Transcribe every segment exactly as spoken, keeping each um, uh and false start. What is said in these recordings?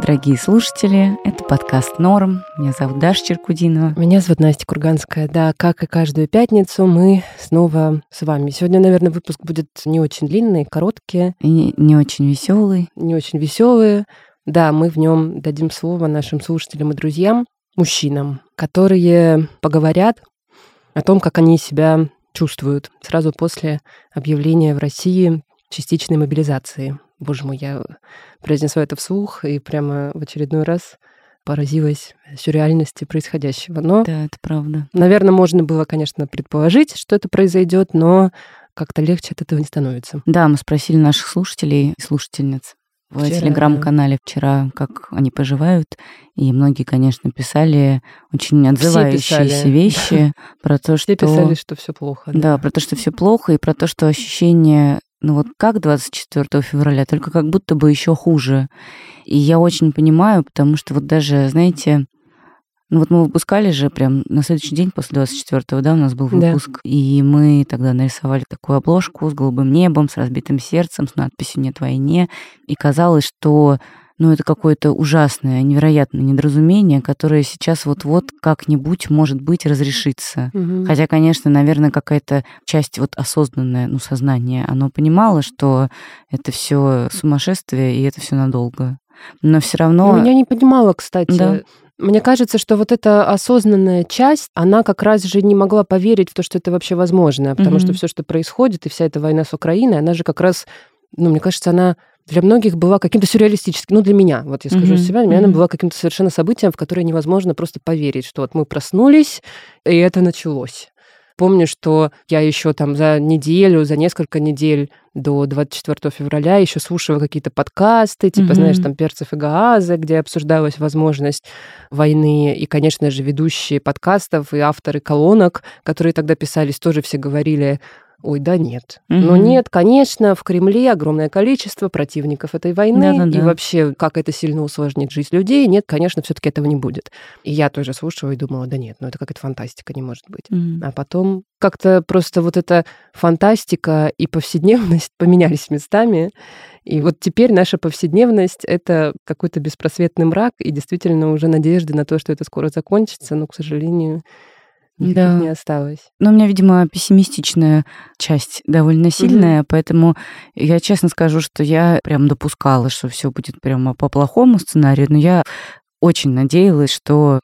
дорогие слушатели. Это подкаст «Норм». Меня зовут Даша Черкудинова. Меня зовут Настя Курганская. Да, как и каждую пятницу, мы снова с вами. Сегодня, наверное, выпуск будет не очень длинный, короткий. И не, не очень веселый. Не очень веселый. Да, мы в нем дадим слово нашим слушателям и друзьям, мужчинам, которые поговорят о том, как они себя чувствуют сразу после объявления в России частичной мобилизации. Боже мой, я произнесла это вслух и прямо в очередной раз поразилась сюрреальности происходящего. Но, да, это правда. Наверное, можно было, конечно, предположить, что это произойдет, но как-то легче от этого не становится. Да, мы спросили наших слушателей и слушательниц в Вчера, телеграм-канале вчера, как они поживают. И многие, конечно, писали очень отзывающиеся вещи про то, что... Все писали, что все плохо. Да, Да, про то, что все плохо, и про то, что ощущение, ну вот как двадцать четвёртого февраля, только как будто бы еще хуже. И я очень понимаю, потому что вот даже, знаете, ну вот мы выпускали же прям на следующий день после двадцать четвёртого, да, у нас был выпуск, да. И мы тогда нарисовали такую обложку с голубым небом, с разбитым сердцем, с надписью «Нет войне». И казалось, что ну, это какое-то ужасное, невероятное недоразумение, которое сейчас вот-вот как-нибудь, может быть, разрешится. Угу. Хотя, конечно, наверное, какая-то часть вот осознанное, ну, сознание, оно понимало, что это все сумасшествие, и это все надолго. Но все равно... Ну, я не понимала, кстати. Да. Мне кажется, что вот эта осознанная часть, она как раз же не могла поверить в то, что это вообще возможно, потому Мгм. что все, что происходит, и вся эта война с Украиной, она же как раз, ну, мне кажется, она для многих была каким-то сюрреалистическим. Ну, для меня, вот я скажу Мгм. из себя, для меня Мгм. она была каким-то совершенно событием, в которое невозможно просто поверить, что вот мы проснулись, и это началось. Помню, что я еще там за неделю, за несколько недель до двадцать четвёртого февраля еще слушала какие-то подкасты, типа, Мгм. знаешь, там «Перцев и Гааза», где обсуждалась возможность войны. И, конечно же, ведущие подкастов и авторы колонок, которые тогда писались, тоже все говорили: ой, да нет. Мгм. Но нет, конечно, в Кремле огромное количество противников этой войны, Да-да-да. и вообще, как это сильно усложнит жизнь людей. Нет, конечно, все-таки этого не будет. И я тоже слушала и думала: да нет, ну это какая-то фантастика, не может быть. Мгм. А потом как-то просто вот эта фантастика и повседневность поменялись местами. И вот теперь наша повседневность — это какой-то беспросветный мрак, и действительно уже надежды на то, что это скоро закончится, но, к сожалению, никаких Да. не осталось. Но у меня, видимо, пессимистичная часть довольно сильная, поэтому я честно скажу, что я прям допускала, что все будет прямо по плохому сценарию, но я очень надеялась, что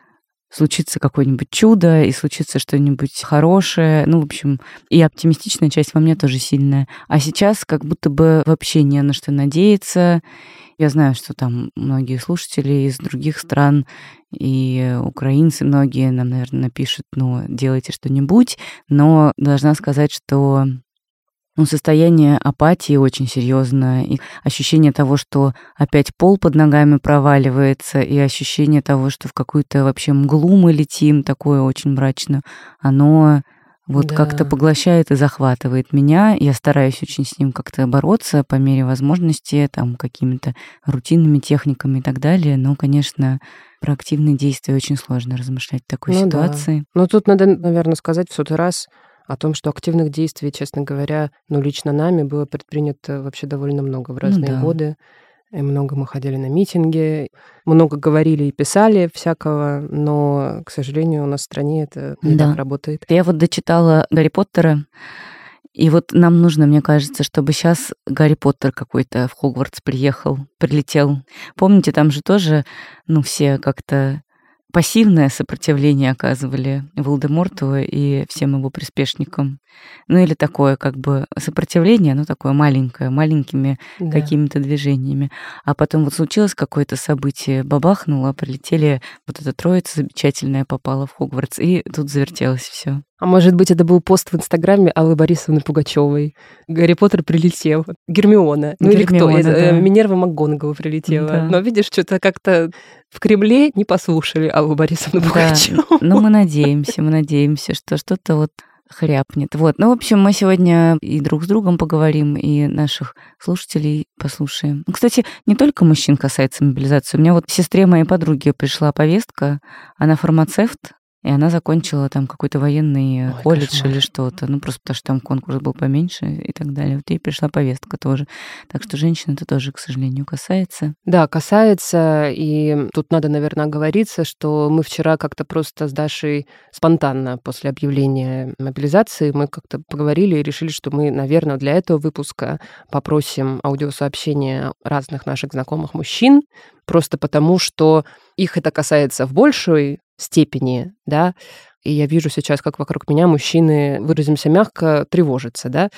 случится какое-нибудь чудо и случится что-нибудь хорошее. Ну, в общем, и оптимистичная часть во мне тоже сильная. А сейчас как будто бы вообще не на что надеяться. Я знаю, что там многие слушатели из других стран и украинцы многие нам, наверное, напишут: ну, делайте что-нибудь. Но должна сказать, что ну, состояние апатии очень серьезное, и ощущение того, что опять пол под ногами проваливается, и ощущение того, что в какую-то вообще мглу мы летим, такое очень мрачно, оно вот Да. как-то поглощает и захватывает меня. Я стараюсь очень с ним как-то бороться по мере возможности, там, какими-то рутинными техниками и так далее. Но, конечно, про активные действия очень сложно размышлять в такой Ну да. ситуации. Но тут надо, наверное, сказать в сотый раз о том, что активных действий, честно говоря, ну, лично нами было предпринято вообще довольно много в Ну разные да. годы. И много мы ходили на митинги, много говорили и писали всякого, но, к сожалению, у нас в стране это не Да. так работает. Я вот дочитала «Гарри Поттера», и вот нам нужно, мне кажется, чтобы сейчас Гарри Поттер какой-то в Хогвартс приехал, прилетел. Помните, там же тоже, ну, все как-то пассивное сопротивление оказывали Волдеморту и всем его приспешникам. Ну, или такое как бы сопротивление, ну, такое маленькое, маленькими Да. какими-то движениями. А потом вот случилось какое-то событие, бабахнуло, прилетели, вот эта троица замечательная попала в Хогвартс, и тут завертелось все. А может быть, это был пост в Инстаграме Аллы Борисовны Пугачевой. Гарри Поттер прилетел. Гермиона. Ну или кто? Гермиона, Это, э, да. Минерва МакГонагал прилетела. Да. Но видишь, что-то как-то в Кремле не послушали Аллу Борисовну Да, Пугачеву. ну мы надеемся, мы надеемся, что что-то вот хряпнет. Вот, ну, в общем, мы сегодня и друг с другом поговорим, и наших слушателей послушаем. Ну, кстати, не только мужчин касается мобилизации. У меня вот к сестре моей подруги пришла повестка, она фармацевт, И она закончила там какой-то военный Ой, колледж кошмар. или что-то. Ну, просто потому что там конкурс был поменьше и так далее. Вот ей пришла повестка тоже. Так что женщин это тоже, к сожалению, касается. Да, касается. И тут надо, наверное, оговориться, что мы вчера как-то просто с Дашей спонтанно после объявления мобилизации мы как-то поговорили и решили, что мы, наверное, для этого выпуска попросим аудиосообщения разных наших знакомых мужчин, просто потому что их это касается в большей степени, да, и я вижу сейчас, как вокруг меня мужчины, выразимся мягко, тревожатся, да.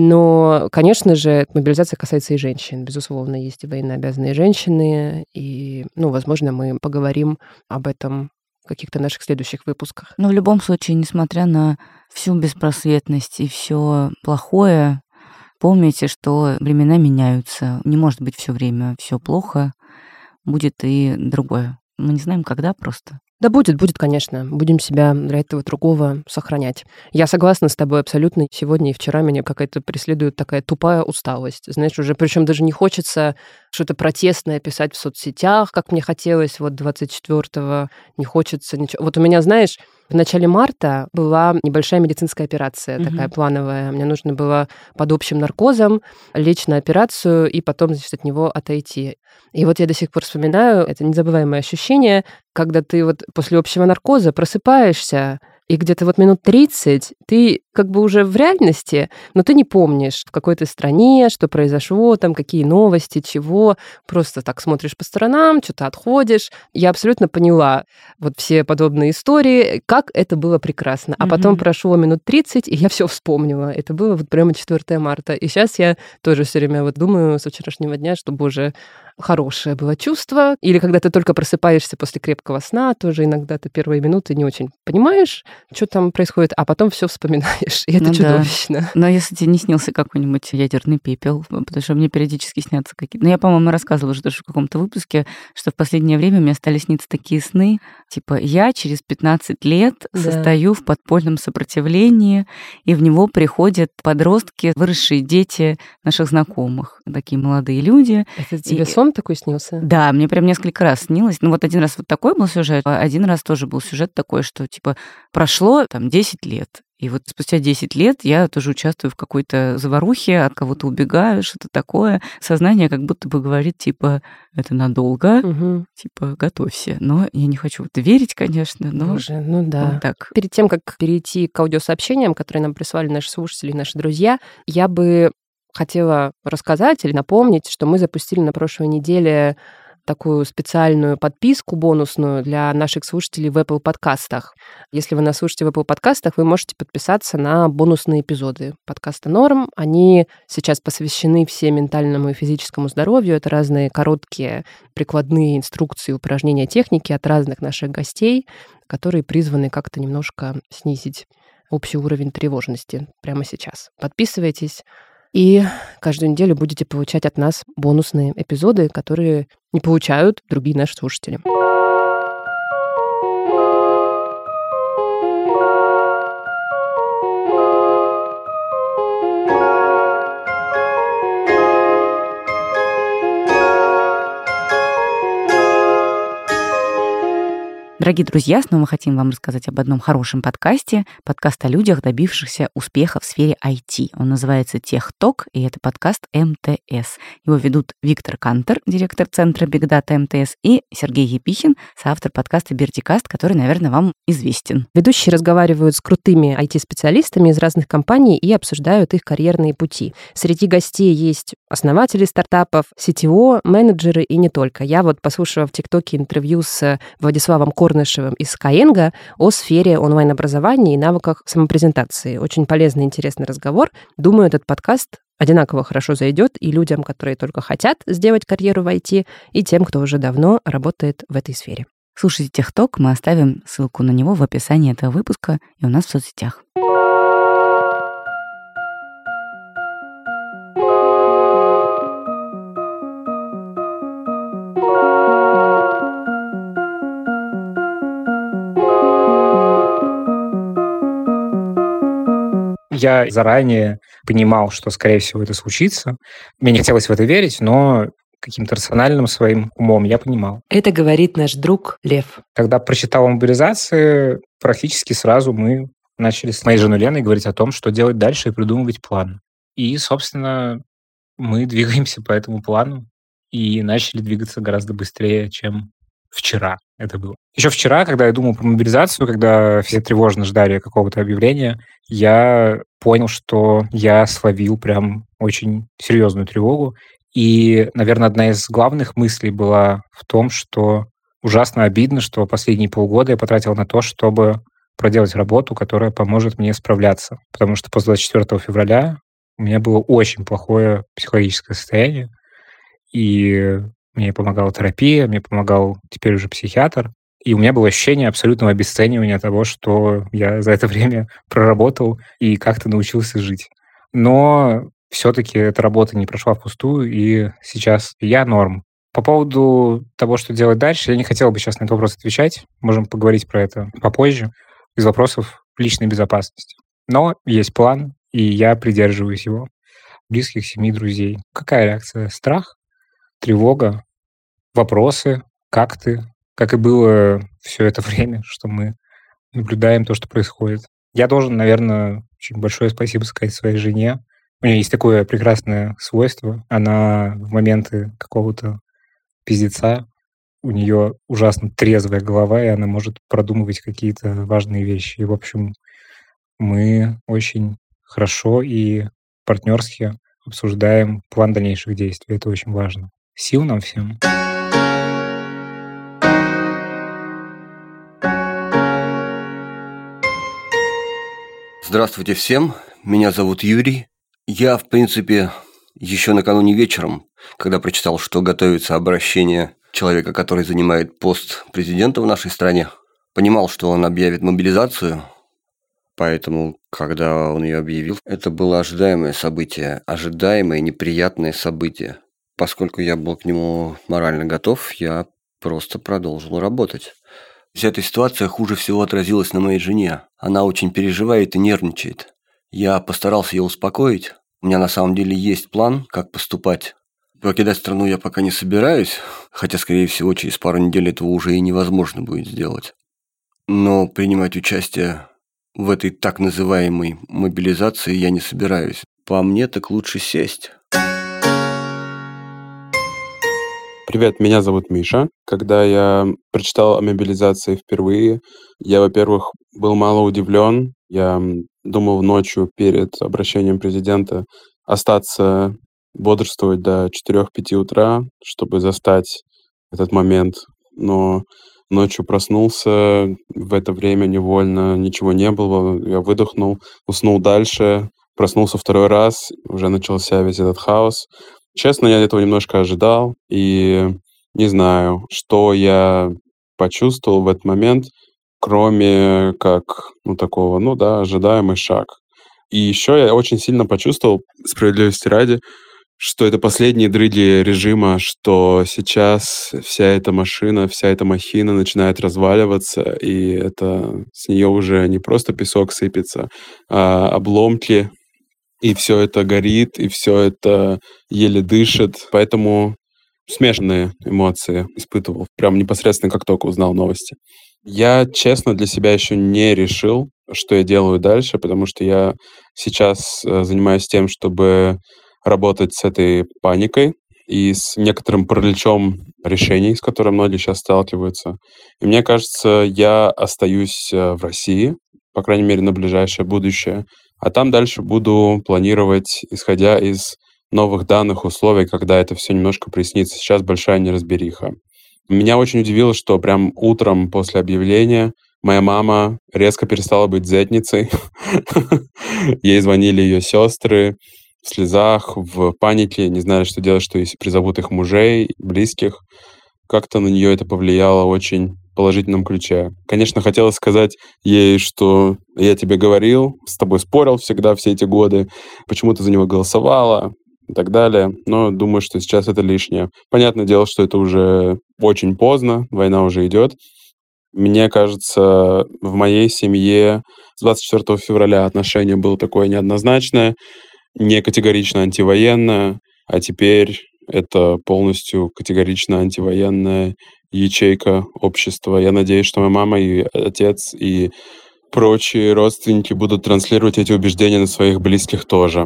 Но, конечно же, мобилизация касается и женщин. Безусловно, есть и военнообязанные женщины, и, ну, возможно, мы поговорим об этом в каких-то наших следующих выпусках. Но в любом случае, несмотря на всю беспросветность и все плохое, помните, что времена меняются. Не может быть все время все плохо, будет и другое. Мы не знаем, когда просто. Да будет, будет, конечно. Будем себя для этого другого сохранять. Я согласна с тобой абсолютно. Сегодня и вчера меня какая-то преследует такая тупая усталость. Знаешь, уже причем даже не хочется что-то протестное писать в соцсетях, как мне хотелось вот двадцать четвёртого. Не хочется ничего. Вот у меня, знаешь, в начале марта была небольшая медицинская операция, mm-hmm. такая плановая. Мне нужно было под общим наркозом лечь на операцию и потом, значит, от него отойти. И вот я до сих пор вспоминаю это незабываемое ощущение, когда ты вот после общего наркоза просыпаешься, и где-то вот минут тридцать ты как бы уже в реальности, но ты не помнишь, в какой ты стране, что произошло, там, какие новости, чего. Просто так смотришь по сторонам, что-то отходишь. Я абсолютно поняла вот все подобные истории, как это было прекрасно. А mm-hmm. потом прошло минут тридцать, и я все вспомнила. Это было вот прямо четвёртого марта. И сейчас я тоже все время вот думаю со вчерашнего дня, что, боже, хорошее было чувство. Или когда ты только просыпаешься после крепкого сна, тоже иногда ты первые минуты не очень понимаешь, что там происходит, а потом все вспоминаешь. И это ну чудовищно. Да. Но если тебе не снился какой-нибудь ядерный пепел, потому что мне периодически снятся какие-то... Ну, я, по-моему, рассказывала уже тоже в каком-то выпуске, что в последнее время мне стали сниться такие сны, типа я через пятнадцать лет да. состою в подпольном сопротивлении, и в него приходят подростки, выросшие дети наших знакомых, такие молодые люди. Это тебе и... сон такой снился? Да, мне прям несколько раз снилось. Ну, вот один раз вот такой был сюжет, а один раз тоже был сюжет такой, что, типа, прошло там десять лет, и вот спустя десять лет я тоже участвую в какой-то заварухе, от кого-то убегаю, что-то такое. Сознание как будто бы говорит, типа, это надолго, угу. типа, готовься. Но я не хочу в это верить, конечно, но... Боже, ну да. Вот так. Перед тем, как перейти к аудиосообщениям, которые нам прислали наши слушатели и наши друзья, я бы хотела рассказать или напомнить, что мы запустили на прошлой неделе такую специальную подписку бонусную для наших слушателей в Apple подкастах. Если вы нас слушаете в Apple подкастах, вы можете подписаться на бонусные эпизоды подкаста «Норм». Они сейчас посвящены всем ментальному и физическому здоровью. Это разные короткие прикладные инструкции, упражнения, техники от разных наших гостей, которые призваны как-то немножко снизить общий уровень тревожности прямо сейчас. Подписывайтесь. И каждую неделю будете получать от нас бонусные эпизоды, которые не получают другие наши слушатели. Дорогие друзья, снова хотим вам рассказать об одном хорошем подкасте. Подкаст о людях, добившихся успеха в сфере ай ти. Он называется «Техток», и это подкаст эм тэ эс. Его ведут Виктор Кантер, директор центра Big Data эм тэ эс, и Сергей Епихин, соавтор подкаста «Бертикаст», который, наверное, вам известен. Ведущие разговаривают с крутыми ай ти-специалистами из разных компаний и обсуждают их карьерные пути. Среди гостей есть основатели стартапов, си ти о, менеджеры и не только. Я вот послушала в ТикТоке интервью с Владиславом Корнышевым из Skyeng о сфере онлайн-образования и навыках самопрезентации. Очень полезный и интересный разговор. Думаю, этот подкаст одинаково хорошо зайдет и людям, которые только хотят сделать карьеру в ай ти, и тем, кто уже давно работает в этой сфере. Слушайте «Техток», мы оставим ссылку на него в описании этого выпуска и у нас в соцсетях. Я заранее понимал, что, скорее всего, это случится. Мне не хотелось в это верить, но каким-то рациональным своим умом я понимал. Это говорит наш друг Лев. Когда прочитал о мобилизации, практически сразу мы начали с моей женой Леной говорить о том, что делать дальше, и придумывать план. И, собственно, мы двигаемся по этому плану и начали двигаться гораздо быстрее, чем вчера это было. Еще вчера, когда я думал про мобилизацию, когда все тревожно ждали какого-то объявления, я понял, что я словил прям очень серьезную тревогу. И, наверное, одна из главных мыслей была в том, что ужасно обидно, что последние полгода я потратил на то, чтобы проделать работу, которая поможет мне справляться. Потому что после двадцать четвёртого февраля у меня было очень плохое психологическое состояние, и мне помогала терапия, мне помогал теперь уже психиатр, и у меня было ощущение абсолютного обесценивания того, что я за это время проработал и как-то научился жить. Но все-таки эта работа не прошла впустую, и сейчас я норм. По поводу того, что делать дальше, я не хотел бы сейчас на этот вопрос отвечать. Можем поговорить про это попозже, из вопросов личной безопасности. Но есть план, и я придерживаюсь его. Близких, семьи, друзей. Какая реакция? Страх? Тревога? Вопросы? Как ты? Как и было все это время, что мы наблюдаем то, что происходит. Я должен, наверное, очень большое спасибо сказать своей жене. У нее есть такое прекрасное свойство. Она в моменты какого-то пиздеца, у нее ужасно трезвая голова, и она может продумывать какие-то важные вещи. И, в общем, мы очень хорошо и партнерски обсуждаем план дальнейших действий. Это очень важно. Сил нам всем. Здравствуйте всем, меня зовут Юрий. Я, в принципе, еще накануне вечером, когда прочитал, что готовится обращение человека, который занимает пост президента в нашей стране, понимал, что он объявит мобилизацию, поэтому, когда он ее объявил, это было ожидаемое событие, ожидаемое неприятное событие. Поскольку я был к нему морально готов, я просто продолжил работать. Вся эта ситуация хуже всего отразилась на моей жене. Она очень переживает и нервничает. Я постарался ее успокоить. У меня на самом деле есть план, как поступать. Покидать страну я пока не собираюсь, хотя, скорее всего, через пару недель этого уже и невозможно будет сделать. Но принимать участие в этой так называемой мобилизации я не собираюсь. По мне, так лучше сесть. Привет, меня зовут Миша. Когда я прочитал о мобилизации впервые, я, во-первых, был мало удивлен. Я думал ночью перед обращением президента остаться бодрствовать до четырех-пяти утра, чтобы застать этот момент. Но ночью проснулся, в это время невольно ничего не было. Я выдохнул, уснул дальше, проснулся второй раз, уже начался весь этот хаос. Честно, я этого немножко ожидал, и не знаю, что я почувствовал в этот момент, кроме как, ну, такого, ну да, ожидаемый шаг. И еще я очень сильно почувствовал, справедливости ради, что это последние дрыги режима, что сейчас вся эта машина, вся эта махина начинает разваливаться, и это с нее уже не просто песок сыпется, а обломки, и все это горит, и все это еле дышит. Поэтому смешанные эмоции испытывал. Прям непосредственно, как только узнал новости. Я, честно, для себя еще не решил, что я делаю дальше, потому что я сейчас занимаюсь тем, чтобы работать с этой паникой и с некоторым параличом решений, с которым многие сейчас сталкиваются. И мне кажется, я остаюсь в России, по крайней мере, на ближайшее будущее, а там дальше буду планировать, исходя из новых данных, условий, когда это все немножко прояснится. Сейчас большая неразбериха. Меня очень удивило, что прям утром после объявления моя мама резко перестала быть зетницей. Ей звонили ее сестры в слезах, в панике, не знали, что делать, что если призовут их мужей, близких. Как-то на нее это повлияло очень в положительном ключе. Конечно, хотелось сказать ей, что я тебе говорил, с тобой спорил всегда все эти годы, почему ты за него голосовала и так далее. Но думаю, что сейчас это лишнее. Понятное дело, что это уже очень поздно, война уже идет. Мне кажется, в моей семье с двадцать четвёртого февраля отношение было такое неоднозначное, не категорично антивоенное, а теперь это полностью категорично антивоенное ячейка общества. Я надеюсь, что моя мама и отец и прочие родственники будут транслировать эти убеждения на своих близких тоже.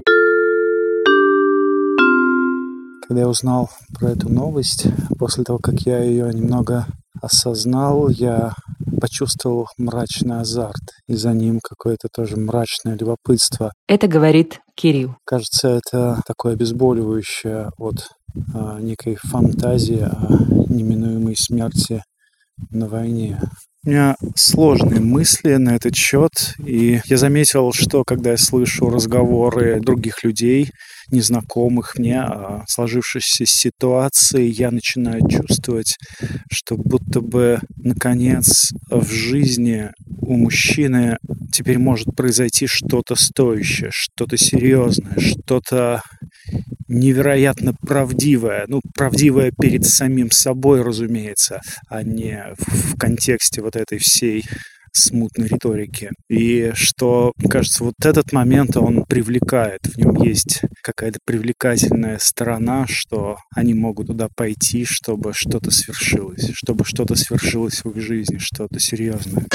Когда я узнал про эту новость, после того, как я ее немного осознал, я почувствовал мрачный азарт, и за ним какое-то тоже мрачное любопытство. Это говорит Кирилл. Кажется, это такое обезболивающее от а, некой фантазии о неминуемой смерти на войне. У меня сложные мысли на этот счет, и я заметил, что когда я слышу разговоры других людей, незнакомых мне о сложившейся ситуации, я начинаю чувствовать, что будто бы, наконец, в жизни у мужчины теперь может произойти что-то стоящее, что-то серьезное, что-то невероятно правдивое. Ну, правдивое перед самим собой, разумеется, а не в контексте вот этой всей смутной риторики. И что, мне кажется, вот этот момент, он привлекает. В нем есть какая-то привлекательная сторона, что они могут туда пойти, чтобы что-то свершилось, чтобы что-то свершилось в их жизни, что-то серьезное.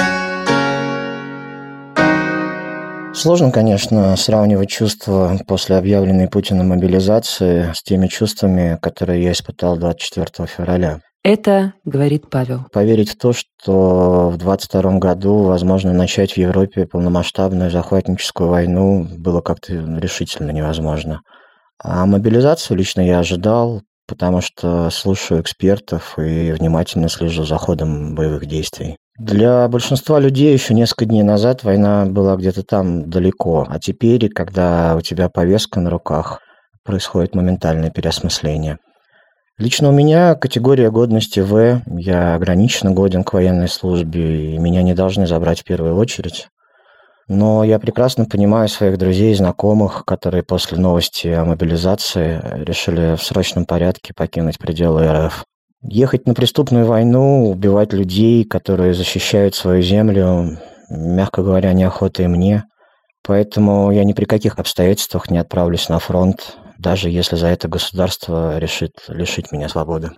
Сложно, конечно, сравнивать чувства после объявленной Путиным мобилизации с теми чувствами, которые я испытал двадцать четвёртого февраля. Это говорит Павел. Поверить в то, что в двадцать втором году возможно начать в Европе полномасштабную захватническую войну, было как-то решительно невозможно. А мобилизацию лично я ожидал, потому что слушаю экспертов и внимательно слежу за ходом боевых действий. Для большинства людей еще несколько дней назад война была где-то там далеко, а теперь, когда у тебя повестка на руках, происходит моментальное переосмысление. Лично у меня категория годности В, я ограниченно годен к военной службе, и меня не должны забрать в первую очередь. Но я прекрасно понимаю своих друзей и знакомых, которые после новости о мобилизации решили в срочном порядке покинуть пределы эр эф. Ехать на преступную войну, убивать людей, которые защищают свою землю, мягко говоря, неохота и мне. Поэтому я ни при каких обстоятельствах не отправлюсь на фронт, даже если за это государство решит лишить меня свободы.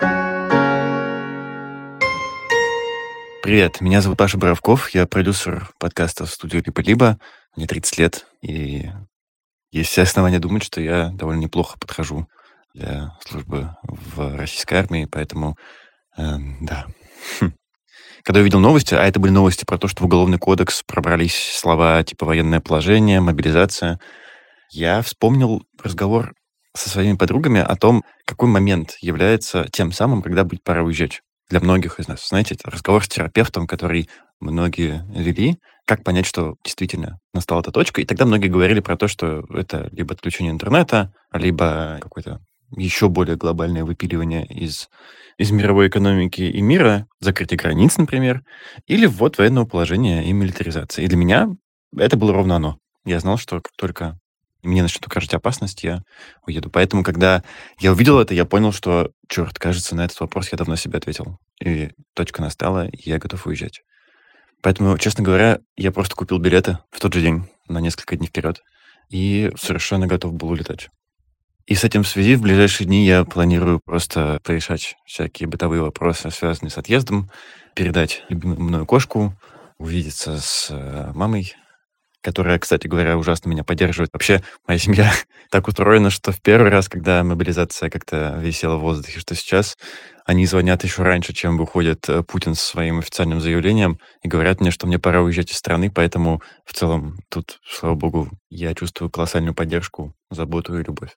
Привет, меня зовут Паша Боровков, я продюсер подкаста в студии «Либо-либо», мне тридцать лет, и есть все основания думать, что я довольно неплохо подхожу для службы в российской армии, поэтому, э, да. Хм. Когда я увидел новости, а это были новости про то, что в Уголовный кодекс пробрались слова типа «военное положение», «мобилизация», я вспомнил разговор со своими подругами о том, какой момент является тем самым, когда будет пора уезжать. Для многих из нас, знаете, это разговор с терапевтом, который многие вели, как понять, что действительно настала эта точка. И тогда многие говорили про то, что это либо отключение интернета, либо какое-то еще более глобальное выпиливание из, из мировой экономики и мира, закрытие границ, например, или ввод военного положения и милитаризация. И для меня это было ровно оно. Я знал, что как только мне начнет угрожать опасность, я уеду. Поэтому, когда я увидел это, я понял, что, черт, кажется, на этот вопрос я давно себе ответил. И точка настала, и я готов уезжать. Поэтому, честно говоря, я просто купил билеты в тот же день, на несколько дней вперед, и совершенно готов был улетать. И с этим в связи в ближайшие дни я планирую просто порешать всякие бытовые вопросы, связанные с отъездом, передать любимую мною кошку, увидеться с мамой, которая, кстати говоря, ужасно меня поддерживает. Вообще, моя семья так устроена, что в первый раз, когда мобилизация как-то висела в воздухе, что сейчас они звонят еще раньше, чем выходит Путин со своим официальным заявлением, и говорят мне, что мне пора уезжать из страны, поэтому в целом тут, слава богу, я чувствую колоссальную поддержку, заботу и любовь.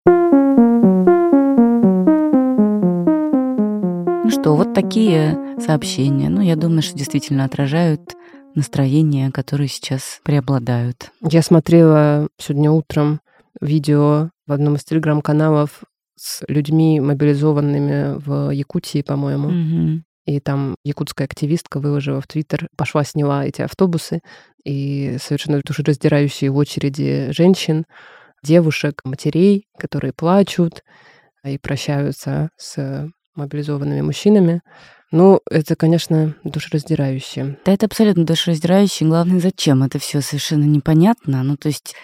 Ну что, вот такие сообщения. Ну, я думаю, что действительно отражают настроения, которые сейчас преобладают. Я смотрела сегодня утром видео в одном из телеграм-каналов с людьми, мобилизованными в Якутии, по-моему. Угу. И там якутская активистка выложила в Твиттер, пошла, сняла эти автобусы, и совершенно душераздирающие очереди женщин, девушек, матерей, которые плачут и прощаются с мобилизованными мужчинами. Ну, это, конечно, душераздирающе. Да, это абсолютно душераздирающе. Главное, зачем это все совершенно непонятно. Ну, то есть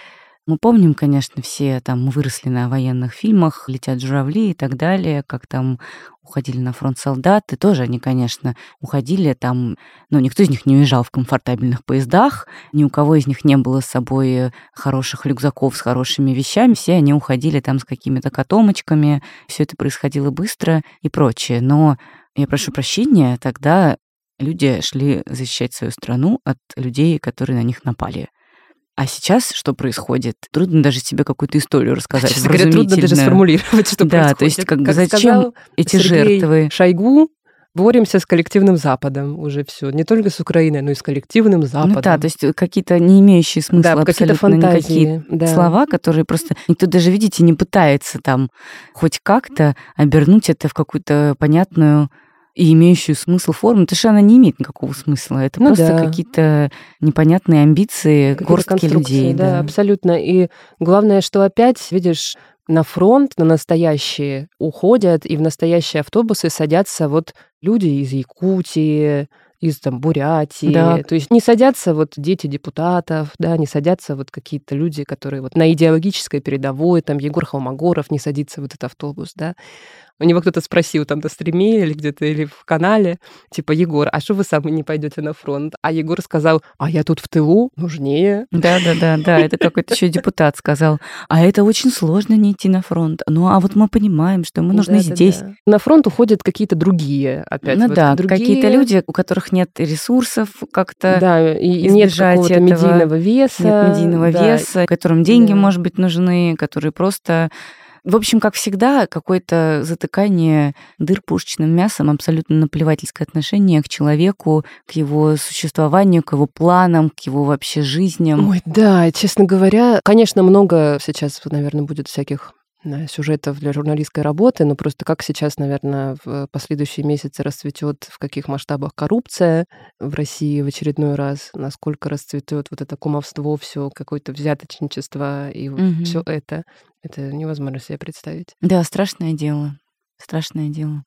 Мы помним, конечно, все там, мы выросли на военных фильмах, «Летят журавли» и так далее, как там уходили на фронт солдаты. Тоже они, конечно, уходили там, ну, никто из них не уезжал в комфортабельных поездах, ни у кого из них не было с собой хороших рюкзаков с хорошими вещами, все они уходили там с какими-то котомочками, все это происходило быстро и прочее. Но я прошу прощения, тогда люди шли защищать свою страну от людей, которые на них напали. А сейчас что происходит? Трудно даже себе какую-то историю рассказать. Честно говоря, трудно даже сформулировать, что да, происходит. То есть как, как зачем эти Сергей жертвы? Шойгу, боремся с коллективным Западом уже все. Не только с Украиной, но и с коллективным Западом. Ну да, то есть какие-то не имеющие смысла да, абсолютно фантазии, никакие да. слова, которые просто никто даже, видите, не пытается там хоть как-то обернуть это в какую-то понятную и имеющую смысл форму, потому что она не имеет никакого смысла. Это ну просто да. какие-то непонятные амбиции горстки людей. Да, да, абсолютно. И главное, что опять, видишь, на фронт, на настоящие уходят, и в настоящие автобусы садятся вот люди из Якутии, из там Бурятии. Да. То есть не садятся вот дети депутатов, да, не садятся вот какие-то люди, которые вот на идеологической передовой, там Егор Холмогоров не садится в этот автобус, да. У него кто-то спросил там на стриме или где-то, или в канале, типа, Егор, а что вы сами не пойдете на фронт? А Егор сказал, а я тут в тылу, нужнее. Да-да-да, да, это какой-то еще депутат сказал. А это очень сложно не идти на фронт. Ну, а вот мы понимаем, что мы нужны Да-да-да. здесь. На фронт уходят какие-то другие, опять. Ну вот да, другие... какие-то люди, у которых нет ресурсов как-то Да, и нет какого-то этого, медийного веса. Нет медийного да. веса, которым деньги, Да. может быть, нужны, которые просто... В общем, как всегда, какое-то затыкание дыр пушечным мясом, абсолютно наплевательское отношение к человеку, к его существованию, к его планам, к его вообще жизням. Ой, да, честно говоря, конечно, много сейчас, наверное, будет всяких да, сюжетов для журналистской работы, но просто как сейчас, наверное, в последующие месяцы расцветет, в каких масштабах коррупция в России в очередной раз, насколько расцветет вот это кумовство, все какое-то взяточничество и вот Мгм. все это, это невозможно себе представить. Да, страшное дело. Страшное дело.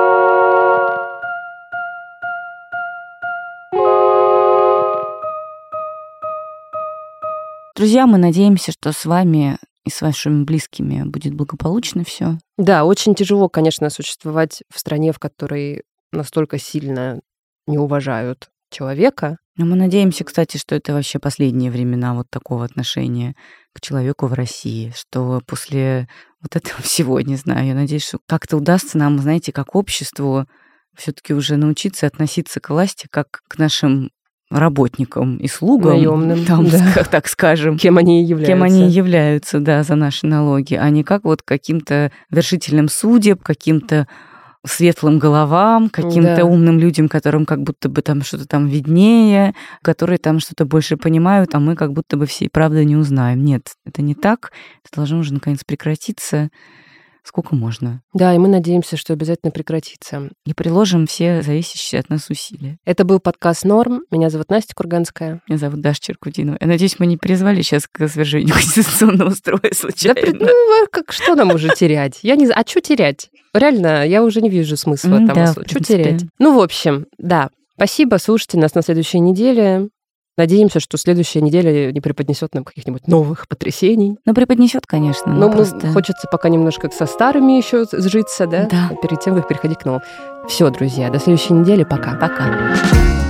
Друзья, мы надеемся, что с вами и с вашими близкими будет благополучно все. Да, очень тяжело, конечно, существовать в стране, в которой настолько сильно не уважают человека. Но мы надеемся, кстати, что это вообще последние времена вот такого отношения к человеку в России, что после вот этого всего, не знаю, я надеюсь, что как-то удастся нам, знаете, как обществу все-таки уже научиться относиться к власти как к нашим работникам и слугам, Наёмным, там, да. ска- так скажем, Кем они и являются. кем они и являются, да, за наши налоги, а не как вот каким-то вершителям судеб, каким-то светлым головам, каким-то Да. умным людям, которым как будто бы там что-то там виднее, которые там что-то больше понимают, а мы как будто бы всей правды не узнаем. Нет, это не так. Это должно уже наконец прекратиться. Сколько можно. Да, и мы надеемся, что обязательно прекратится. И приложим все зависящие от нас усилия. Это был подкаст «Норм». Меня зовут Настя Курганская. Меня зовут Даша Черкудинова. Я надеюсь, мы не призвали сейчас к свержению конституционного строя Да, случайно. при- ну, а как, что нам уже терять? Я не знаю. А что терять? Реально, я уже не вижу смысла М, там. да, в Что принципе. терять? Ну, в общем, да. Спасибо, слушайте нас на следующей неделе. Надеемся, что следующая неделя не преподнесет нам каких-нибудь новых потрясений. Ну, преподнесет, конечно. Но но просто... хочется пока немножко со старыми еще сжиться, да? Да. Перед тем, как переходить к новым. Все, друзья, до следующей недели. Пока. Пока.